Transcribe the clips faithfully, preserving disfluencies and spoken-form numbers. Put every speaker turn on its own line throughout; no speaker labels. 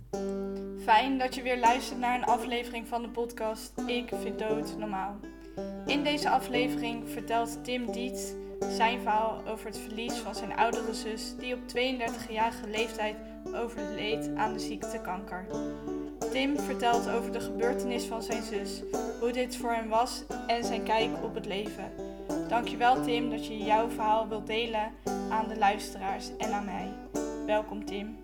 Fijn dat je weer luistert naar een aflevering van de podcast Ik Vind Dood Normaal. In deze aflevering vertelt Tim Dietz zijn verhaal over het verlies van zijn oudere zus die op tweeëndertigjarige leeftijd overleed aan de ziekte kanker. Tim vertelt over de gebeurtenis van zijn zus, hoe dit voor hem was en zijn kijk op het leven. Dankjewel Tim dat je jouw verhaal wilt delen aan de luisteraars en aan mij. Welkom Tim.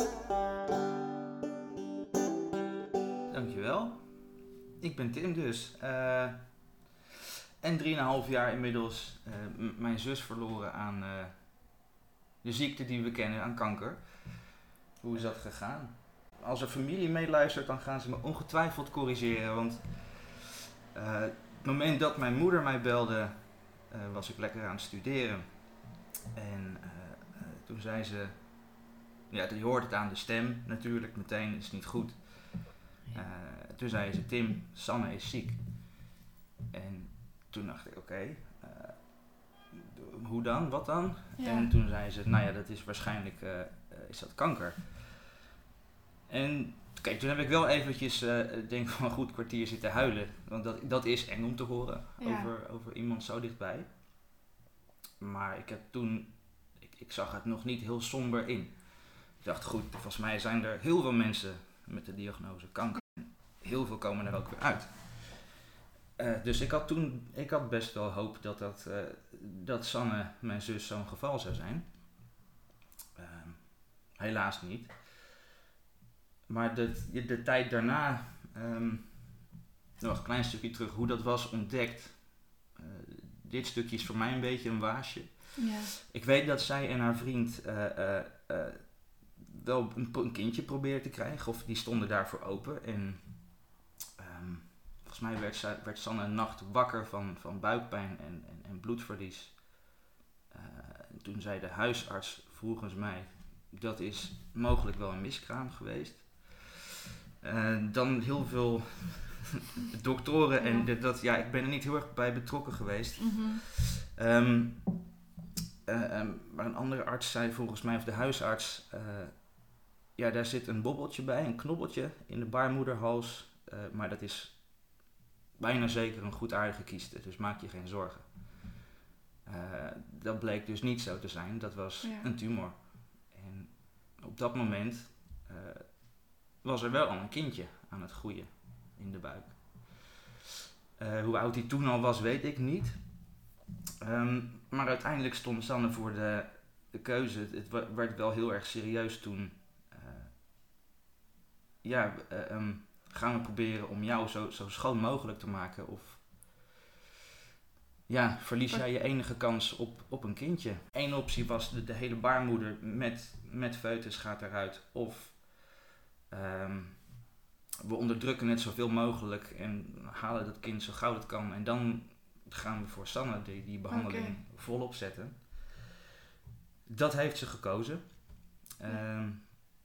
Dankjewel. Ik ben Tim dus. Uh, en drieënhalf jaar inmiddels uh, m- mijn zus verloren aan uh, de ziekte die we kennen, aan kanker. Hoe is dat gegaan? Als er familie meeluistert, dan gaan ze me ongetwijfeld corrigeren. Want uh, het moment dat mijn moeder mij belde, uh, was ik lekker aan het studeren. En uh, uh, toen zei ze, ja, je hoort het aan de stem natuurlijk, meteen is het niet goed. Uh, toen zei ze, Tim, Sanne is ziek. En toen dacht ik, oké, okay, uh, hoe dan, wat dan? Ja. En toen zei ze, nou ja, dat is waarschijnlijk, uh, uh, is dat kanker. En kijk, toen heb ik wel eventjes, uh, denk van een goed kwartier zitten huilen. Want dat, dat is eng om te horen, ja. over, over iemand zo dichtbij. Maar ik heb toen, ik, ik zag het nog niet heel somber in. Ik dacht, goed, volgens mij zijn er heel veel mensen met de diagnose kanker. Heel veel komen er ook weer uit. Uh, dus ik had toen, ik had best wel hoop dat, dat, uh, dat Sanne, mijn zus, zo'n geval zou zijn. Uh, helaas niet. Maar de, de, de tijd daarna, um, nog een klein stukje terug, hoe dat was ontdekt. Uh, dit stukje is voor mij een beetje een waasje.
Ja.
Ik weet dat zij en haar vriend uh, uh, uh, wel een, een kindje probeerden te krijgen, of die stonden daarvoor open. En um, volgens mij werd, werd Sanne een nacht wakker van, van buikpijn en, en, en bloedverlies. Uh, en toen zei de huisarts volgens mij, dat is mogelijk wel een miskraam geweest. Uh, dan heel veel doktoren en de, dat, ja, ik ben er niet heel erg bij betrokken geweest.
Mm-hmm.
Um, uh, um, maar een andere arts zei volgens mij, of de huisarts, uh, ja, daar zit een bobbeltje bij, een knobbeltje in de baarmoederhals, uh, maar dat is bijna zeker een goedaardige kieste, dus maak je geen zorgen. Uh, dat bleek dus niet zo te zijn, dat was ja. een tumor. En op dat moment uh, was er wel al een kindje aan het groeien in de buik. Uh, hoe oud hij toen al was, weet ik niet. Um, maar uiteindelijk stond Sanne voor de, de keuze. Het w- werd wel heel erg serieus toen. Uh, ja, uh, um, gaan we proberen om jou zo, zo schoon mogelijk te maken? Of ja, verlies jij je enige kans op, op een kindje? Eén optie was de, de hele baarmoeder met, met foetus gaat eruit. Of um, we onderdrukken het zoveel mogelijk en halen dat kind zo gauw het kan. En dan gaan we voor Sanne die, die behandeling okay. volop zetten. Dat heeft ze gekozen. Ja, um,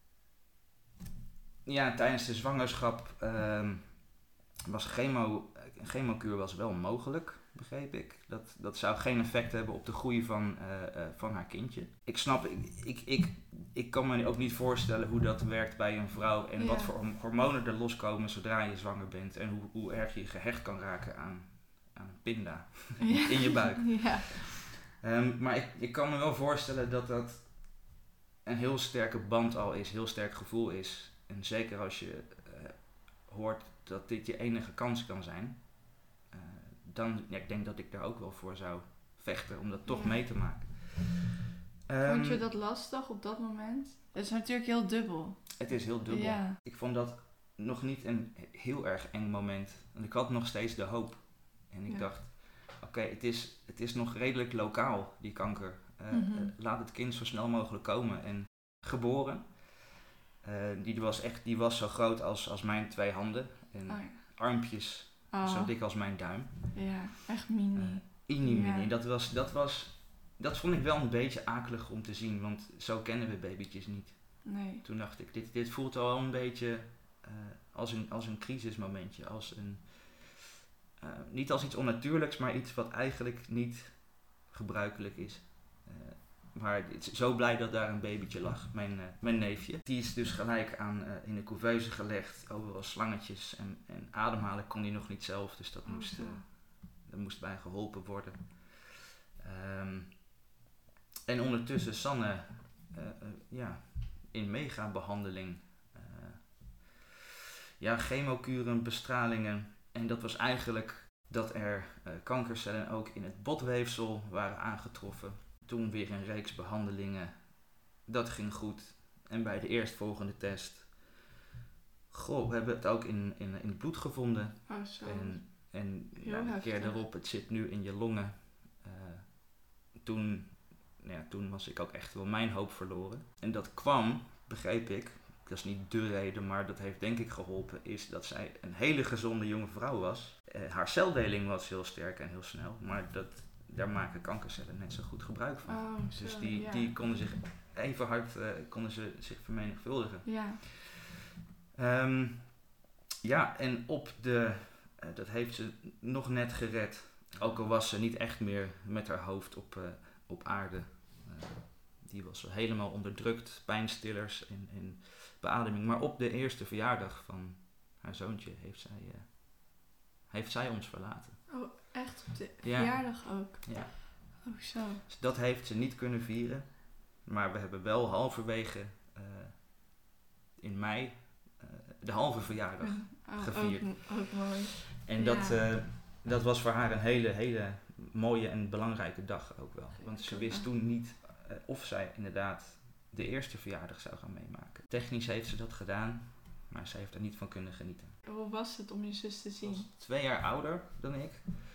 ja tijdens de zwangerschap um, was chemo, een chemokuur was wel mogelijk, begreep ik. Dat, dat zou geen effect hebben op de groei van, uh, uh, van haar kindje. Ik snap, ik, ik, ik, ik kan me ook niet voorstellen hoe dat werkt bij een vrouw en ja. wat voor hormonen er loskomen zodra je zwanger bent en hoe, hoe erg je gehecht kan raken aan, aan een pinda ja. in je buik.
Ja.
Um, maar ik, ik kan me wel voorstellen dat dat een heel sterke band al is, heel sterk gevoel is. En zeker als je uh, hoort dat dit je enige kans kan zijn, uh, dan, ja, ik denk dat ik daar ook wel voor zou vechten om dat toch ja. mee te maken.
Um, vond je dat lastig op dat moment? Het is natuurlijk heel dubbel.
Het is heel dubbel.
Ja.
Ik vond dat nog niet een heel erg eng moment. Want ik had nog steeds de hoop. En ik ja. dacht, oké, okay, het, is, het is nog redelijk lokaal, die kanker. Uh, mm-hmm. uh, laat het kind zo snel mogelijk komen. En geboren. Uh, die, was echt, die was zo groot als, als mijn twee handen. En oh ja. armpjes oh. zo dik als mijn duim.
Ja, echt mini. Uh,
Mini, mini. Ja. Dat, was, dat, was, dat vond ik wel een beetje akelig om te zien. Want zo kennen we babytjes niet.
Nee.
Toen dacht ik, dit, dit voelt al een beetje uh, als, een, als een crisismomentje. Als een, uh, niet als iets onnatuurlijks, maar iets wat eigenlijk niet gebruikelijk is. Uh, Maar het is zo blij dat daar een babytje lag, mijn, uh, mijn neefje. Die is dus gelijk aan uh, in de couveuse gelegd, overal slangetjes. En, en ademhalen kon hij nog niet zelf, dus dat, oh, moest, uh, dat moest bij geholpen worden. Um, en ondertussen Sanne uh, uh, ja, in megabehandeling. Uh, ja, chemokuren, bestralingen. En dat was eigenlijk dat er uh, kankercellen ook in het botweefsel waren aangetroffen. Toen weer een reeks behandelingen. Dat ging goed. En bij de eerstvolgende test. Goh, we hebben het ook in, in, in het bloed gevonden.
Oh, zo.
En, en
ja,
een keer daarop, het zit nu in je longen. Uh, toen, ja, toen was ik ook echt wel mijn hoop verloren. En dat kwam, begreep ik, dat is niet de reden, maar dat heeft denk ik geholpen, is dat zij een hele gezonde jonge vrouw was. Uh, haar celdeling was heel sterk en heel snel, maar dat... daar maken kankercellen net zo goed gebruik van.
Oh, zo,
dus die,
ja.
die konden zich even hard uh, konden ze zich vermenigvuldigen.
Ja.
Um, ja, en op de... Uh, dat heeft ze nog net gered. Ook al was ze niet echt meer met haar hoofd op, uh, op aarde. Uh, die was helemaal onderdrukt. Pijnstillers en, en beademing. Maar op de eerste verjaardag van haar zoontje heeft zij, uh, heeft zij ons verlaten.
Oh, echt op de
ja.
verjaardag ook?
Ja.
Oh, zo.
Dus dat heeft ze niet kunnen vieren. Maar we hebben wel halverwege uh, in mei uh, de halve verjaardag
oh,
gevierd.
Ook, ook mooi.
En
ja.
dat, uh, dat was voor haar een hele, hele mooie en belangrijke dag ook wel. Want ze wist toen niet uh, of zij inderdaad de eerste verjaardag zou gaan meemaken. Technisch heeft ze dat gedaan, maar ze heeft er niet van kunnen genieten.
Hoe was het om je zus te zien?
Ze was twee jaar ouder dan ik.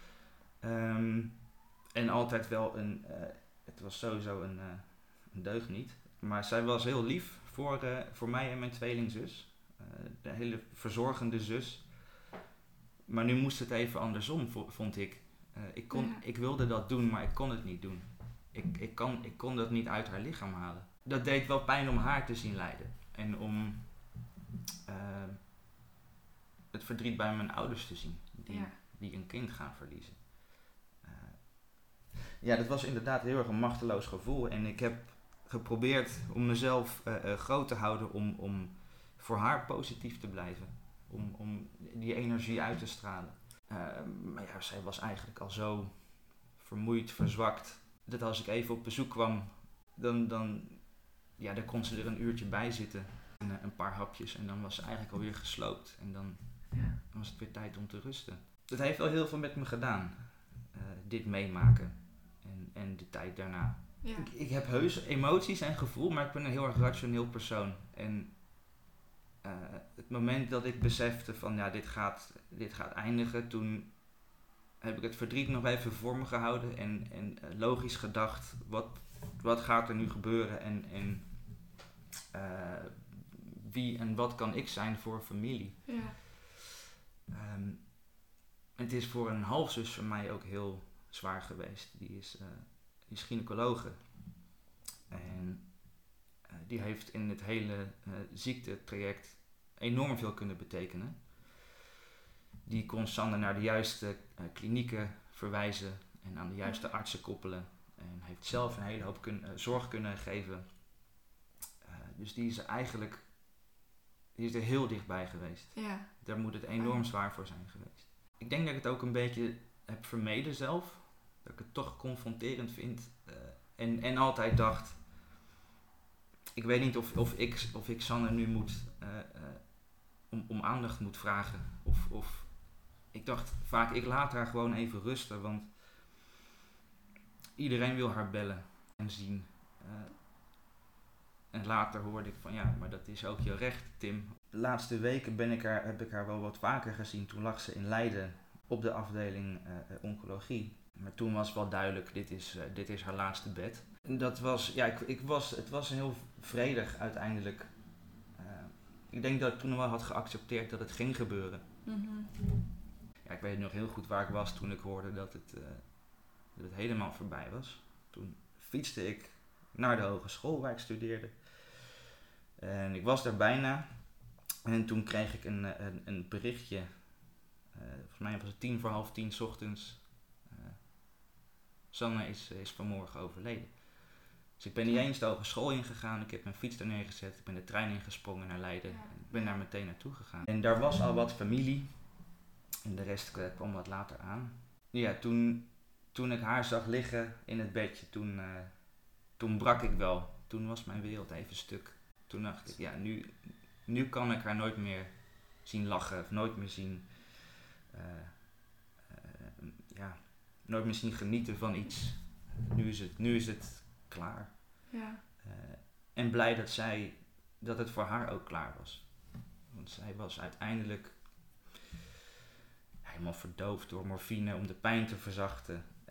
Um, en altijd wel een... Uh, het was sowieso een, uh, een deugniet. Maar zij was heel lief voor, uh, voor mij en mijn tweelingzus. Uh, de hele verzorgende zus. Maar nu moest het even andersom, vond ik. Uh, ik, kon,
ja.
ik wilde dat doen, maar ik kon het niet doen. Ik, ik, kan, ik kon dat niet uit haar lichaam halen. Dat deed wel pijn om haar te zien lijden. En om uh, het verdriet bij mijn ouders te zien. Die,
ja.
die een kind gaan verliezen. Uh, ja, dat was inderdaad heel erg een machteloos gevoel. En ik heb geprobeerd om mezelf uh, uh, groot te houden om, om voor haar positief te blijven. Om, om die energie uit te stralen. Uh, maar ja, zij was eigenlijk al zo vermoeid, verzwakt. Dat als ik even op bezoek kwam, dan, dan, ja, dan kon ze er een uurtje bij zitten. En, uh, een paar hapjes en dan was ze eigenlijk alweer gesloopt. En dan, ja. dan was het weer tijd om te rusten. Dat heeft wel heel veel met me gedaan. Uh, dit meemaken. En, en de tijd daarna.
Ja.
Ik, ik heb heus emoties en gevoel, maar ik ben een heel erg rationeel persoon. En Uh, het moment dat ik besefte van ja, dit gaat, dit gaat eindigen, toen heb ik het verdriet nog even voor me gehouden en, en uh, logisch gedacht, wat, wat gaat er nu gebeuren en, en uh, wie en wat kan ik zijn voor familie.
Ja.
Um, het is voor een halfzus van mij ook heel zwaar geweest. Die is, uh, die is gynaecologe. En uh, die heeft in het hele uh, ziektetraject enorm veel kunnen betekenen. Die kon Sanne naar de juiste uh, klinieken verwijzen en aan de juiste artsen koppelen. En heeft zelf een hele hoop kun, uh, zorg kunnen geven. Uh, dus die is er eigenlijk die is er heel dichtbij geweest.
Ja.
Daar moet het enorm zwaar voor zijn geweest. Ik denk dat ik het ook een beetje heb vermeden zelf. Dat ik het toch confronterend vind. Uh, en, en altijd dacht, ik weet niet of, of, ik, of ik Sanne nu moet uh, uh, om, om aandacht moet vragen. Of, of ik dacht vaak, ik laat haar gewoon even rusten. Want iedereen wil haar bellen en zien. Uh, en later hoorde ik van ja, maar dat is ook je recht, Tim. De laatste weken ben ik haar, heb ik haar wel wat vaker gezien. Toen lag ze in Leiden op de afdeling uh, oncologie. Maar toen was wel duidelijk, dit is, uh, dit is haar laatste bed. En dat was, ja, ik, ik was, het was heel vredig uiteindelijk. Uh, ik denk dat ik toen wel had geaccepteerd dat het ging gebeuren.
Mm-hmm.
Ja, ik weet nog heel goed waar ik was toen ik hoorde dat het, uh, dat het helemaal voorbij was. Toen fietste ik naar de hogeschool waar ik studeerde. En ik was daar bijna. En toen kreeg ik een, een, een berichtje. Uh, volgens mij was het tien voor half tien 's ochtends. Uh, Sanne is, is vanmorgen overleden. Dus ik ben niet eens de hogeschool ingegaan. Ik heb mijn fiets er neergezet. Ik ben de trein ingesprongen naar Leiden.
Ja.
Ik ben daar meteen naartoe gegaan. En daar was al wat familie. En de rest uh, kwam wat later aan. Ja, toen, toen ik haar zag liggen in het bedje, toen, uh, toen brak ik wel. Toen was mijn wereld even stuk. Toen dacht ik, ja, nu, nu kan ik haar nooit meer zien lachen. Of nooit meer zien... Uh, uh, ja, nooit meer zien genieten van iets. Nu is het, nu is het klaar.
Ja.
Uh, en blij dat zij, dat het voor haar ook klaar was. Want zij was uiteindelijk helemaal verdoofd door morfine om de pijn te verzachten. Uh,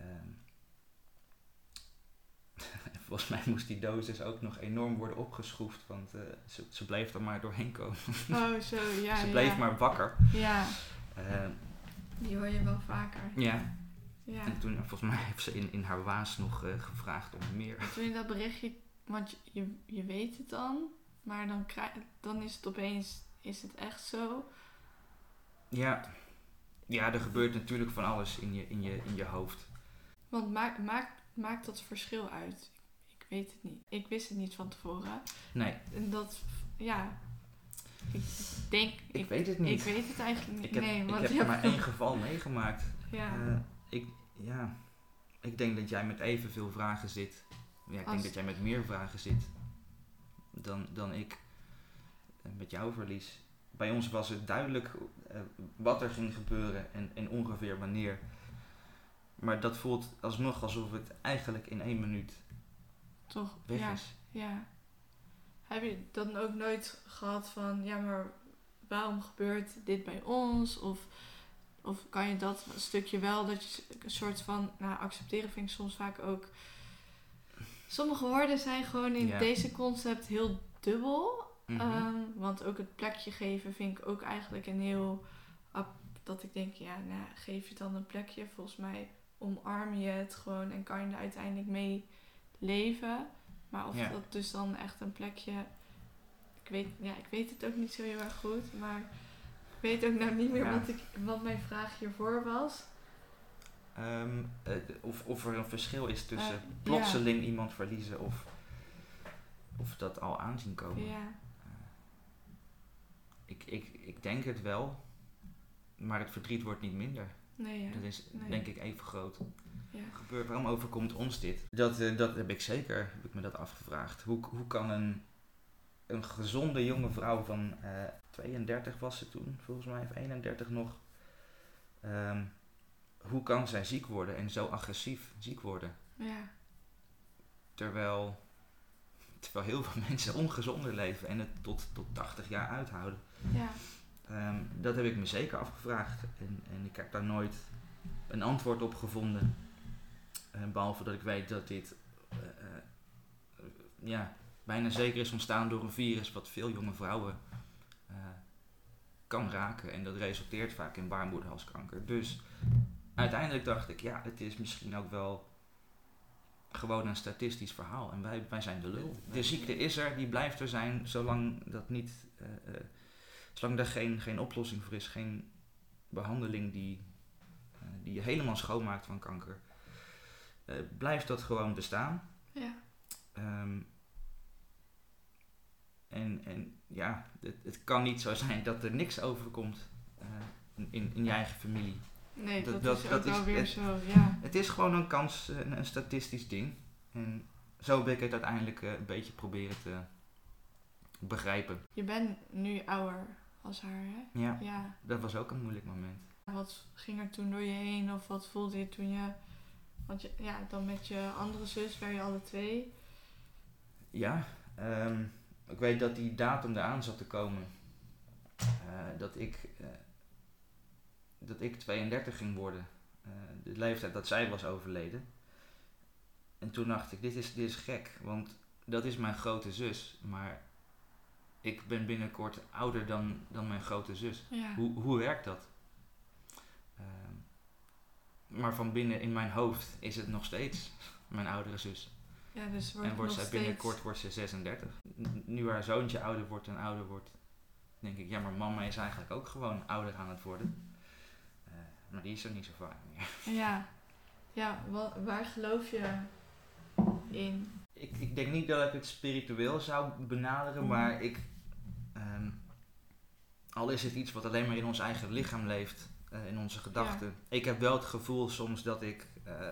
volgens mij moest die dosis ook nog enorm worden opgeschroefd, want uh, ze, ze bleef er maar doorheen komen.
Oh, zo, ja.
Ze bleef
ja.
maar wakker.
Ja.
Uh,
Die hoor je wel vaker.
Ja.
Ja.
En toen, volgens mij heeft ze in, in haar waas nog uh, gevraagd om meer.
En toen je dat berichtje, want je, je, je weet het dan, maar dan, krijg, dan is het opeens, is het echt zo?
Ja. Ja, er gebeurt natuurlijk van alles in je, in je, in je hoofd.
Want maakt maak, maakt dat verschil uit? Ik weet het niet. Ik wist het niet van tevoren.
Nee.
En dat, ja, ik denk...
Ik,
ik
weet het niet.
Ik weet het eigenlijk niet.
Ik heb,
nee,
ik
want
heb
je
maar
hebt-
één geval meegemaakt.
Ja.
Uh, ik, ja. ik denk dat jij met evenveel vragen zit. Ja, ik
Als...
denk dat jij met meer vragen zit dan, dan ik uh, met jouw verlies. Bij ons was het duidelijk uh, wat er ging gebeuren en, en ongeveer wanneer. Maar dat voelt alsnog alsof het eigenlijk in één minuut
Toch,
weg
ja,
is.
ja. Heb je dan ook nooit gehad van, ja, maar waarom gebeurt dit bij ons? Of, of kan je dat stukje wel, dat je een soort van, nou, accepteren vind ik soms vaak ook. Sommige woorden zijn gewoon in
Ja.
deze concept heel dubbel.
Mm-hmm.
Um, want ook het plekje geven vind ik ook eigenlijk een heel, ap- dat ik denk, ja, nou, geef je dan een plekje. Volgens mij omarm je het gewoon en kan je er uiteindelijk mee leven. Maar of
Ja.
dat dus dan echt een plekje, ik weet, ja, ik weet het ook niet zo heel erg goed, maar ik weet ook nou niet meer
Ja.
wat, ik, wat mijn vraag hiervoor was.
Um, uh, of, of er een verschil is tussen
Uh,
plotseling ja. iemand verliezen of, of dat al aanzien komen.
Ja.
Uh, ik, ik, ik denk het wel, maar het verdriet wordt niet minder.
Nee, ja.
Dat is
nee.
denk ik even groot.
Ja.
Gebeurt, waarom overkomt ons dit? Dat, uh, dat heb ik zeker, heb ik me dat afgevraagd. Hoe, hoe kan een, een gezonde jonge vrouw van uh, tweeëndertig was ze toen, volgens mij, of eenendertig nog. Um, hoe kan zij ziek worden en zo agressief ziek worden?
Ja.
Terwijl, terwijl heel veel mensen ongezonder leven en het tot, tot tachtig jaar uithouden.
Ja.
Um, dat heb ik me zeker afgevraagd. En, en ik heb daar nooit een antwoord op gevonden. Uh, behalve dat ik weet dat dit uh, uh, ja, bijna zeker is ontstaan door een virus wat veel jonge vrouwen uh, kan raken. En dat resulteert vaak in baarmoederhalskanker. Dus uiteindelijk dacht ik, ja, het is misschien ook wel gewoon een statistisch verhaal. En wij, wij zijn de lul. De ziekte is er, die blijft er zijn, zolang dat niet, uh, uh, zolang er geen, geen oplossing voor is, geen behandeling die, uh, die je helemaal schoonmaakt van kanker, uh, blijft dat gewoon bestaan.
Ja.
Um, en, en ja, het, het kan niet zo zijn dat er niks overkomt uh, in, in je eigen familie.
Nee, dat,
Dat-
dat
dat-
is
dat
ook
is-
wel weer
het-
zo, ja.
Het is gewoon een kans, een, een statistisch ding. En zo heb ik het uiteindelijk uh, een beetje proberen te begrijpen.
Je bent nu ouder als haar, hè?
Ja,
Ja.
dat was ook een moeilijk moment.
Wat ging er toen door je heen of wat voelde je toen je... Want je, ja, dan met je andere zus waren je alle twee.
Ja, um, ik weet dat die datum eraan zat te komen. Uh, dat ik, uh, dat ik tweeëndertig ging worden. Uh, de leeftijd dat zij was overleden. En toen dacht ik, dit is, dit is gek, want dat is mijn grote zus. Maar ik ben binnenkort ouder dan, dan mijn grote zus.
Ja.
Hoe, hoe werkt dat? Uh, maar van binnen in mijn hoofd is het nog steeds mijn oudere zus.
Ja, dus wordt
En wordt
nog
zij
steeds...
binnenkort wordt ze zesendertig. N- Nu haar zoontje ouder wordt en ouder wordt, denk ik, ja, maar mama is eigenlijk ook gewoon ouder aan het worden. Uh, maar die is er niet zo vaak meer.
Ja. Ja, wa- waar geloof je in?
ik, ik denk niet dat ik het spiritueel zou benaderen,
Mm.
maar ik, um, al is het iets wat alleen maar in ons eigen lichaam leeft, uh, in onze gedachten. Ja. Ik heb wel het gevoel soms dat ik, uh,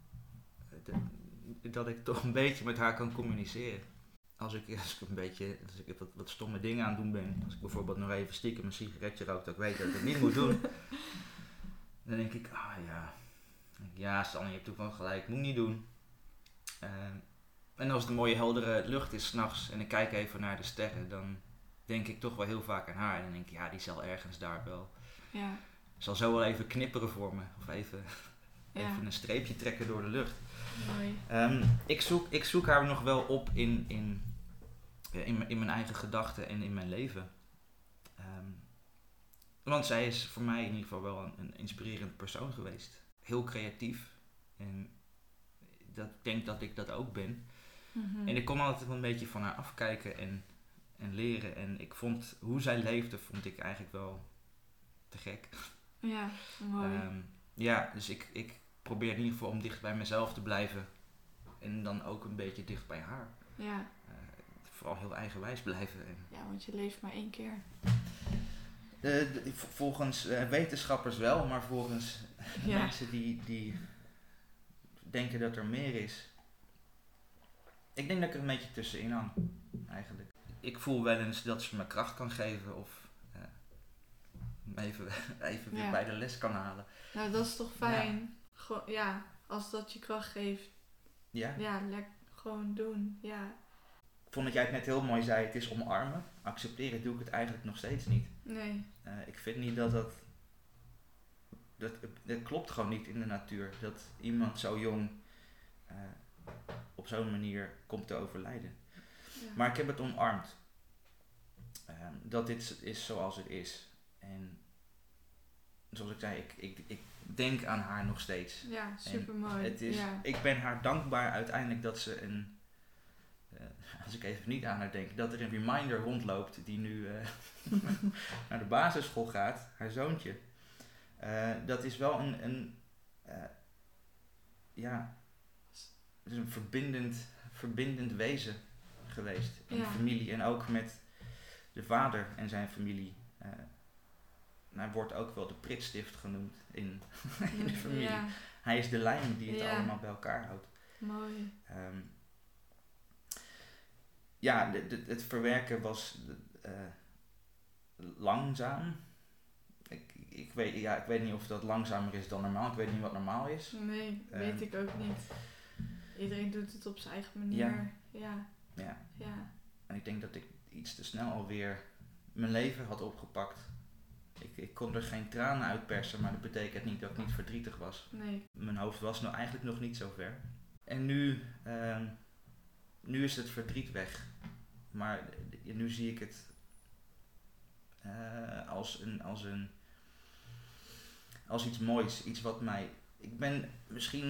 de, dat ik toch een beetje met haar kan communiceren. Als ik, als ik een beetje, als ik wat, wat stomme dingen aan het doen ben, als ik bijvoorbeeld nog even stiekem een sigaretje rook, dat ik weet dat ik het niet moet doen, dan denk ik, ah ja, ja Sanne, je hebt toch wel gelijk, moet niet doen. Uh, en als het een mooie heldere lucht is 's nachts en ik kijk even naar de sterren, dan denk ik toch wel heel vaak aan haar. En dan denk ik, ja, die zal ergens daar wel,
ja.
zal zo wel even knipperen voor me, of even,
ja.
even een streepje trekken door de lucht.
Mooi.
Um, ik, zoek, ik zoek haar nog wel op in, in, in, in mijn eigen gedachten en in mijn leven. Um, want zij is voor mij in ieder geval wel een, een inspirerend persoon geweest. Heel creatief. En dat, ik denk dat ik dat ook ben.
Mm-hmm.
En ik kon altijd wel een beetje van haar afkijken en, en leren. En ik vond, hoe zij leefde, vond ik eigenlijk wel te gek.
Ja, mooi.
Um, ja, dus ik, ik probeer in ieder geval om dicht bij mezelf te blijven. En dan ook een beetje dicht bij haar.
Ja.
Uh, vooral heel eigenwijs blijven. En
ja, want je leeft maar één keer.
De, de, volgens uh, wetenschappers wel, maar volgens
ja.
mensen die, die denken dat er meer is. Ik denk dat ik er een beetje tussenin hang, eigenlijk. Ik voel wel eens dat ze me kracht kan geven of uh, even, even weer
ja.
bij de les kan halen.
Nou, dat is toch fijn. Ja, Go- ja als dat je kracht geeft.
Ja?
Ja, lekker gewoon doen, ja.
Ik vond dat jij het net heel mooi zei, het is omarmen. Accepteren doe ik het eigenlijk nog steeds niet.
Nee.
Uh, ik vind niet dat dat, dat... Het klopt gewoon niet in de natuur. Dat iemand zo jong uh, op zo'n manier komt te overlijden.
Ja.
Maar ik heb het omarmd. Uh, dat dit is zoals het is. En zoals ik zei, ik, ik, ik denk aan haar nog steeds.
Ja, super mooi.
Het is,
ja.
Ik ben haar dankbaar uiteindelijk dat ze een... Uh, als ik even niet aan haar denk, dat er een reminder rondloopt die nu uh, naar de basisschool gaat, haar zoontje. Uh, dat is wel een, een uh, ja, het is een verbindend, verbindend wezen geweest in
ja.
de familie en ook met de vader en zijn familie. Uh, hij wordt ook wel de pritstift genoemd in, in de familie.
Ja.
Hij is de lijm die het
ja.
allemaal bij elkaar houdt.
Mooi.
Um, ja, de, de, het verwerken was uh, langzaam. Ik, ik, weet, ja, ik weet niet of dat langzamer is dan normaal. Ik weet niet wat normaal is.
Nee, um, weet ik ook niet. Iedereen doet het op zijn eigen manier.
Ja.
Ja.
ja.
ja.
En ik denk dat ik iets te snel alweer mijn leven had opgepakt. Ik, ik kon er geen tranen uitpersen, maar dat betekent niet dat ik niet verdrietig was.
Nee.
Mijn hoofd was nou eigenlijk nog niet zo ver. En nu, uh, nu is het verdriet weg. Maar nu zie ik het uh, als, een, als, een, als iets moois. Iets wat mij... Ik ben misschien...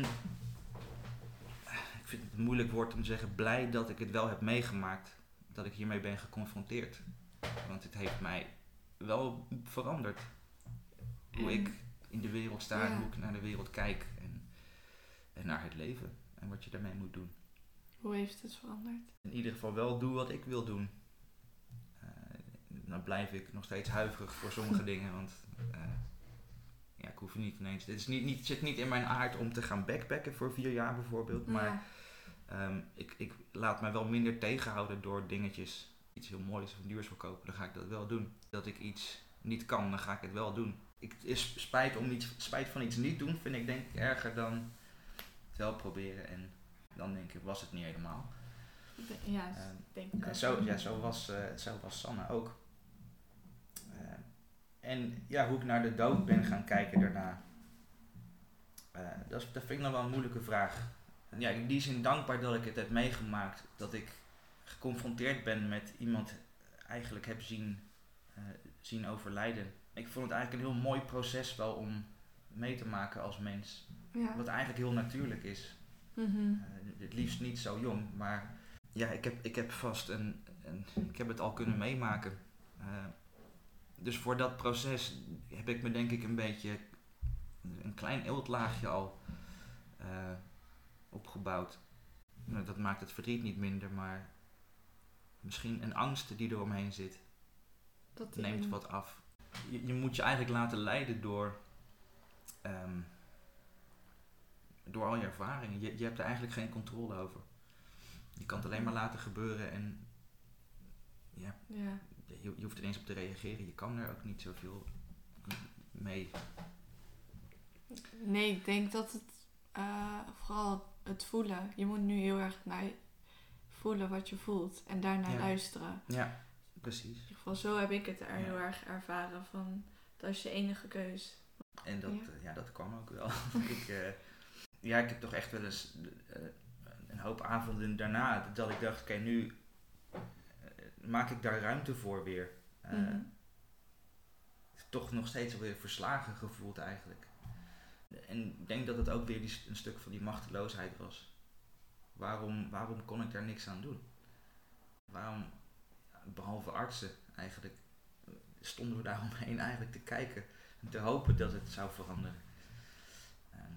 Ik vind het een moeilijk woord om te zeggen... blij dat ik het wel heb meegemaakt. Dat ik hiermee ben geconfronteerd. Want het heeft mij wel veranderd. Hoe en, ik in de wereld sta, ja. Hoe ik naar de wereld kijk. En, en naar het leven. En wat je daarmee moet doen.
Hoe heeft het veranderd?
In ieder geval wel doe wat ik wil doen. Uh, dan blijf ik nog steeds huiverig voor sommige dingen. Want uh, ja, ik hoef niet ineens... Het is niet, niet, zit niet in mijn aard om te gaan backpacken voor vier jaar bijvoorbeeld. Maar ja. um, ik, ik laat mij wel minder tegenhouden door dingetjes. Iets heel moois of duurs verkopen, dan ga ik dat wel doen. Dat ik iets niet kan, dan ga ik het wel doen. Ik, is spijt, om iets, spijt van iets niet doen vind ik denk ik erger dan het wel proberen. En dan denk ik, was het niet helemaal.
Ja, uh, denk ik ook.
Zo, ja, zo was, uh, zo was Sanne ook. Uh, en ja, hoe ik naar de dood ben gaan kijken daarna. Uh, dat, is, dat vind ik nog wel een moeilijke vraag. Ja, in die zin dankbaar dat ik het heb meegemaakt. Dat ik geconfronteerd ben met iemand eigenlijk heb zien, uh, zien overlijden. Ik vond het eigenlijk een heel mooi proces wel om mee te maken als mens.
Ja.
Wat eigenlijk heel natuurlijk is.
Mm-hmm.
Uh, het liefst niet zo jong, maar ja, ik heb, ik heb vast een, een ik heb het al kunnen meemaken. Uh, dus voor dat proces heb ik me denk ik een beetje een klein eeltlaagje al uh, opgebouwd. nou, dat maakt het verdriet niet minder, maar misschien een angst die er omheen zit,
Dat
neemt
in-
wat af. Je, je moet je eigenlijk laten leiden door, ehm, door al je ervaringen. Je, je hebt er eigenlijk geen controle over. Je kan het alleen maar laten gebeuren en ja,
Ja.
je, je hoeft er eens op te reageren. Je kan er ook niet zoveel mee.
Nee, ik denk dat het eh, vooral het voelen. Je moet nu heel erg naar voelen wat je voelt en daarnaar
Ja.
luisteren.
Ja, precies.
In ieder geval, zo heb ik het er
Ja.
heel erg ervaren van, dat is je enige keus.
En dat,
Ja.
ja. ja, dat kwam ook wel. ik, eh, ja, ik heb toch echt wel eens uh, een hoop avonden daarna dat ik dacht, oké, okay, nu uh, maak ik daar ruimte voor weer. Uh,
Mm-hmm.
Toch nog steeds weer verslagen gevoeld eigenlijk. En ik denk dat het ook weer die, een stuk van die machteloosheid was. Waarom, waarom kon ik daar niks aan doen? Waarom, behalve artsen eigenlijk, stonden we daaromheen eigenlijk te kijken en te hopen dat het zou veranderen. Um,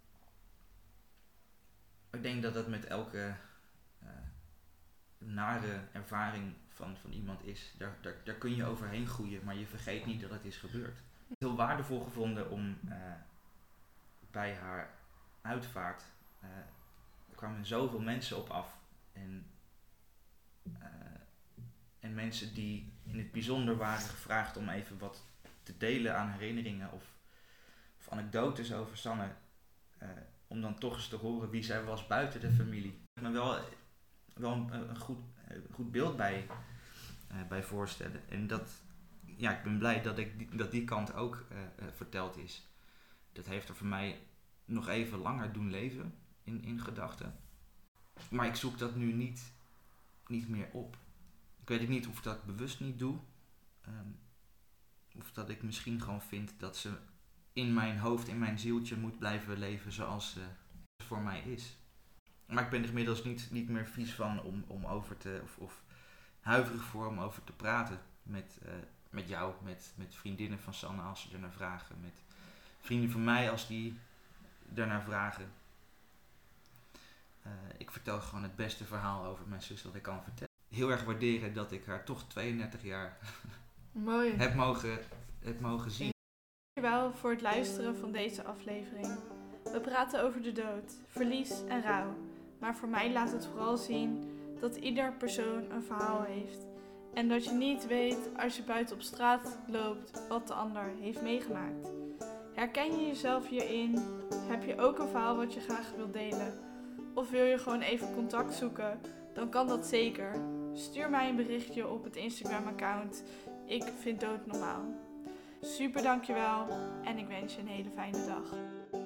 ik denk dat dat met elke uh, nare ervaring van, van iemand is. Daar, daar, daar kun je overheen groeien, maar je vergeet niet dat het is gebeurd. Het is heel waardevol gevonden om uh, bij haar uitvaart uh, er kwamen zoveel mensen op af. En, uh, en mensen die in het bijzonder waren gevraagd om even wat te delen aan herinneringen of, of anekdotes over Sanne. Uh, om dan toch eens te horen wie zij was buiten de familie. Ik kan me wel, wel een, een, goed, een goed beeld bij, uh, bij voorstellen. En dat, ja, ik ben blij dat, ik die, dat die kant ook uh, uh, verteld is. Dat heeft er voor mij nog even langer doen leven in, in gedachten. Maar ik zoek dat nu niet, niet meer op. Ik weet niet of ik dat bewust niet doe. Um, of dat ik misschien gewoon vind dat ze in mijn hoofd, in mijn zieltje moet blijven leven zoals ze voor mij is. Maar ik ben er inmiddels niet, niet meer vies van om, om over te, of, of huiverig voor om over te praten met, uh, met jou, met, met vriendinnen van Sanne als ze ernaar vragen, met vrienden van mij als die ernaar vragen. Uh, ik vertel gewoon het beste verhaal over mijn zus dat ik kan vertellen. Heel erg waarderen dat ik haar toch tweeëndertig jaar
Mooi.
heb mogen, heb mogen zien.
Dankjewel voor het luisteren van deze aflevering. We praten over de dood, verlies en rouw. Maar voor mij laat het vooral zien dat ieder persoon een verhaal heeft. En dat je niet weet als je buiten op straat loopt wat de ander heeft meegemaakt. Herken je jezelf hierin? Heb je ook een verhaal wat je graag wilt delen? Of wil je gewoon even contact zoeken? Dan kan dat zeker. Stuur mij een berichtje op het Instagram account. Ik vind dood normaal. Super dankjewel en ik wens je een hele fijne dag.